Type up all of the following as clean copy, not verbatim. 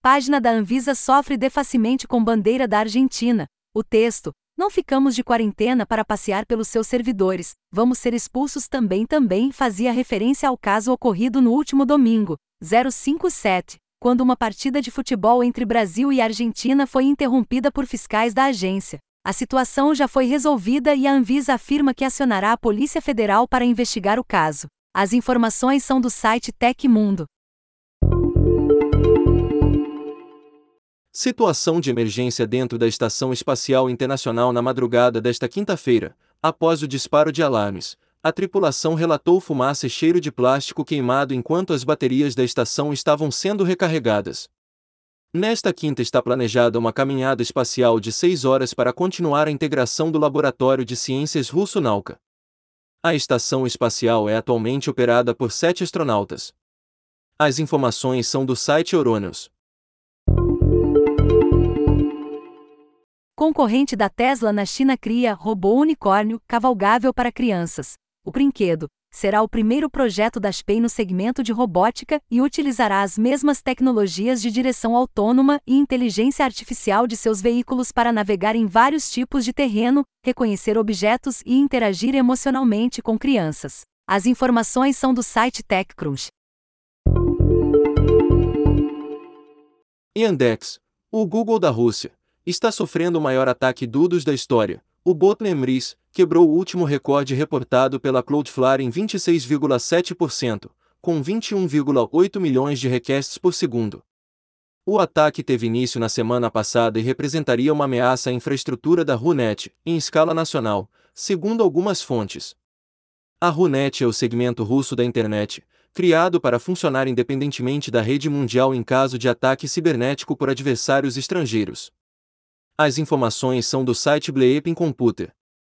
página da Anvisa sofre defacimento com bandeira da Argentina. O texto: não ficamos de quarentena para passear pelos seus servidores, vamos ser expulsos também fazia referência ao caso ocorrido no último domingo, 057, quando uma partida de futebol entre Brasil e Argentina foi interrompida por fiscais da agência. A situação já foi resolvida e a Anvisa afirma que acionará a Polícia Federal para investigar o caso. As informações são do site Tecmundo. Situação de emergência dentro da Estação Espacial Internacional na madrugada desta quinta-feira. Após o disparo de alarmes, a tripulação relatou fumaça e cheiro de plástico queimado enquanto as baterias da estação estavam sendo recarregadas. Nesta quinta está planejada uma caminhada espacial de 6 horas para continuar a integração do Laboratório de Ciências russo Nauka. A estação espacial é atualmente operada por 7 astronautas. As informações são do site Euronews. Concorrente da Tesla na China cria robô unicórnio cavalgável para crianças. O brinquedo será o primeiro projeto da XPeng no segmento de robótica e utilizará as mesmas tecnologias de direção autônoma e inteligência artificial de seus veículos para navegar em vários tipos de terreno, reconhecer objetos e interagir emocionalmente com crianças. As informações são do site TechCrunch. Yandex, o Google da Rússia, está sofrendo o maior ataque DDoS da história. O bot Nemris quebrou o último recorde reportado pela Cloudflare em 26,7%, com 21,8 milhões de requests por segundo. O ataque teve início na semana passada e representaria uma ameaça à infraestrutura da RUNET, em escala nacional, segundo algumas fontes. A RUNET é o segmento russo da internet, criado para funcionar independentemente da rede mundial em caso de ataque cibernético por adversários estrangeiros. As informações são do site Bleeping Computer.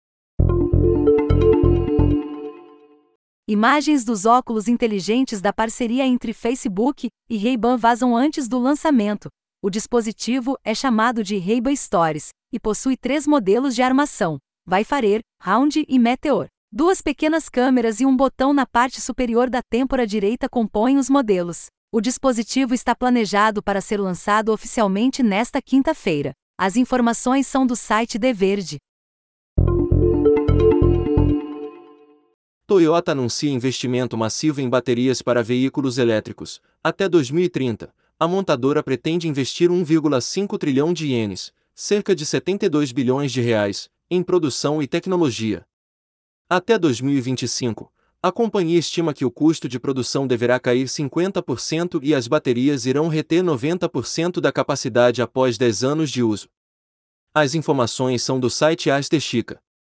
Imagens dos óculos inteligentes da parceria entre Facebook e Ray-Ban vazam antes do lançamento. O dispositivo é chamado de Ray-Ban Stories e possui 3 modelos de armação: Wayfarer, Round e Meteor. 2 pequenas câmeras e um botão na parte superior da têmpora direita compõem os modelos. O dispositivo está planejado para ser lançado oficialmente nesta quinta-feira. As informações são do site The Verge. Toyota anuncia investimento massivo em baterias para veículos elétricos. Até 2030, a montadora pretende investir 1,5 trilhão de ienes, cerca de 72 bilhões de reais, em produção e tecnologia. Até 2025, a companhia estima que o custo de produção deverá cair 50% e as baterias irão reter 90% da capacidade após 10 anos de uso. As informações são do site Astechika.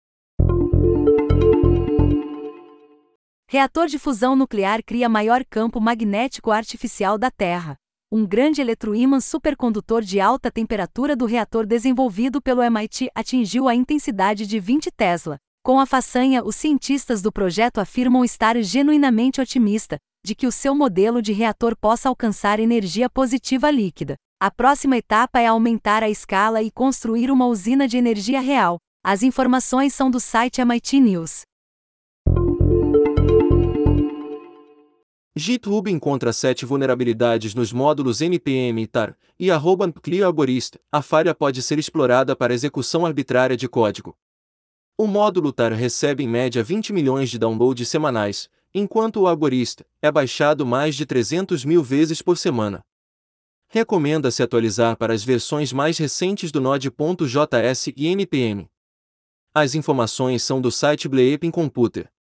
Reator de fusão nuclear cria maior campo magnético artificial da Terra. Um grande eletroímã supercondutor de alta temperatura do reator desenvolvido pelo MIT atingiu a intensidade de 20 Tesla. Com a façanha, os cientistas do projeto afirmam estar genuinamente otimistas de que o seu modelo de reator possa alcançar energia positiva líquida. A próxima etapa é aumentar a escala e construir uma usina de energia real. As informações são do site MIT News. GitHub encontra 7 vulnerabilidades nos módulos npm e tar, e @clearalgorist. A falha pode ser explorada para execução arbitrária de código. O módulo tar recebe em média 20 milhões de downloads semanais, enquanto o Algorist é baixado mais de 300 mil vezes por semana. Recomenda-se atualizar para as versões mais recentes do Node.js e npm. As informações são do site Bleeping Computer.